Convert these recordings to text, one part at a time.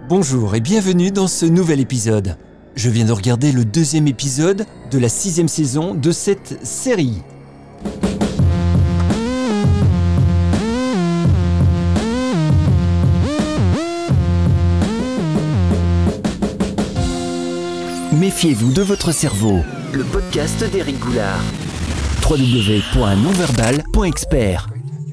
Bonjour et bienvenue dans ce nouvel épisode. Je viens de regarder le 2e épisode de la 6e saison de cette série. Méfiez-vous de votre cerveau. Le podcast d'Éric Goulard. www.nonverbal.expert.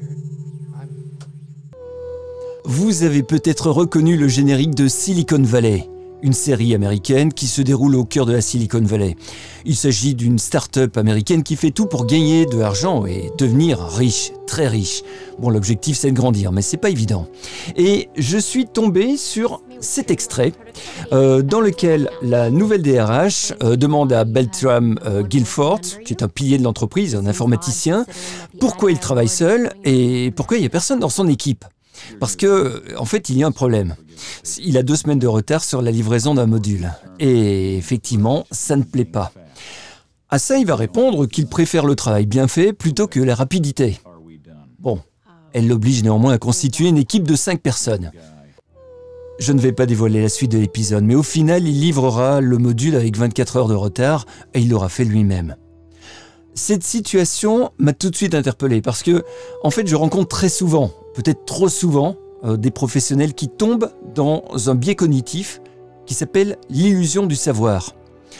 Vous avez peut-être reconnu le générique de Silicon Valley, une série américaine qui se déroule au cœur de la Silicon Valley. Il s'agit d'une start-up américaine qui fait tout pour gagner de l'argent et devenir riche, très riche. Bon, l'objectif c'est de grandir, mais c'est pas évident. Et je suis tombé sur cet extrait dans lequel la nouvelle DRH demande à Beltram Guilford, qui est un pilier de l'entreprise, un informaticien, pourquoi il travaille seul et pourquoi il n'y a personne dans son équipe. Parce que, en fait, il y a un problème. Il a 2 semaines de retard sur la livraison d'un module. Et effectivement, ça ne plaît pas. À ça, il va répondre qu'il préfère le travail bien fait plutôt que la rapidité. Bon, elle l'oblige néanmoins à constituer une équipe de 5 personnes. Je ne vais pas dévoiler la suite de l'épisode, mais au final, il livrera le module avec 24 heures de retard et il l'aura fait lui-même. Cette situation m'a tout de suite interpellé parce que, en fait, je rencontre très souvent, peut-être trop souvent, des professionnels qui tombent dans un biais cognitif qui s'appelle l'illusion du savoir.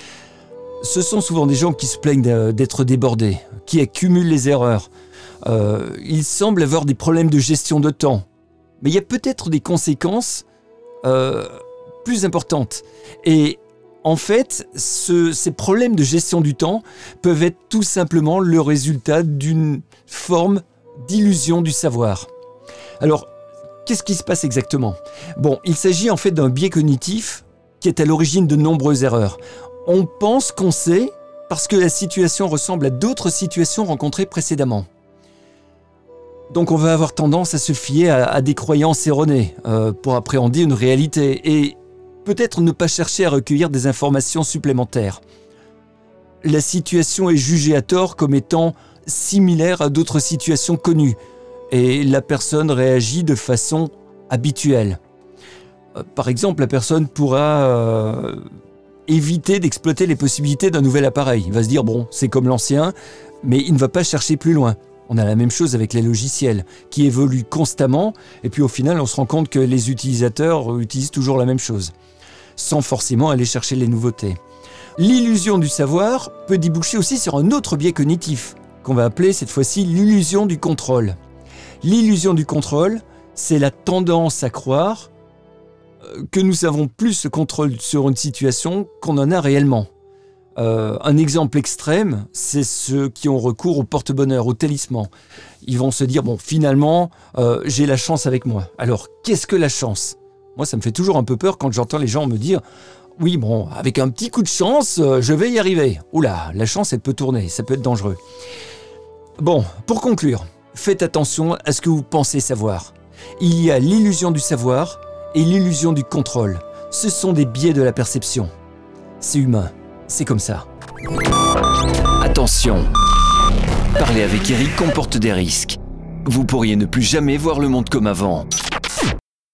Ce sont souvent des gens qui se plaignent d'être débordés, qui accumulent les erreurs. Ils semblent avoir des problèmes de gestion de temps. Mais il y a peut-être des conséquences plus importantes. Et en fait, ces problèmes de gestion du temps peuvent être tout simplement le résultat d'une forme d'illusion du savoir. Alors, qu'est-ce qui se passe exactement ? Bon, il s'agit en fait d'un biais cognitif qui est à l'origine de nombreuses erreurs. On pense qu'on sait parce que la situation ressemble à d'autres situations rencontrées précédemment. Donc on va avoir tendance à se fier à des croyances erronées pour appréhender une réalité et peut-être ne pas chercher à recueillir des informations supplémentaires. La situation est jugée à tort comme étant similaire à d'autres situations connues et la personne réagit de façon habituelle. Par exemple, la personne pourra éviter d'exploiter les possibilités d'un nouvel appareil. Il va se dire, bon, c'est comme l'ancien, mais il ne va pas chercher plus loin. On a la même chose avec les logiciels qui évoluent constamment et puis au final, on se rend compte que les utilisateurs utilisent toujours la même chose, sans forcément aller chercher les nouveautés. L'illusion du savoir peut déboucher aussi sur un autre biais cognitif, qu'on va appeler cette fois-ci l'illusion du contrôle. L'illusion du contrôle, c'est la tendance à croire que nous avons plus le contrôle sur une situation qu'on en a réellement. Un exemple extrême, c'est ceux qui ont recours au porte-bonheur, au talisman. Ils vont se dire, bon, finalement, j'ai la chance avec moi. Alors, qu'est-ce que la chance ? Moi, ça me fait toujours un peu peur quand j'entends les gens me dire « Oui, bon, avec un petit coup de chance, je vais y arriver. » Oula, la chance, elle peut tourner, ça peut être dangereux. Bon, pour conclure, faites attention à ce que vous pensez savoir. Il y a l'illusion du savoir et l'illusion du contrôle. Ce sont des biais de la perception. C'est humain, c'est comme ça. Attention, parler avec Eric comporte des risques. Vous pourriez ne plus jamais voir le monde comme avant.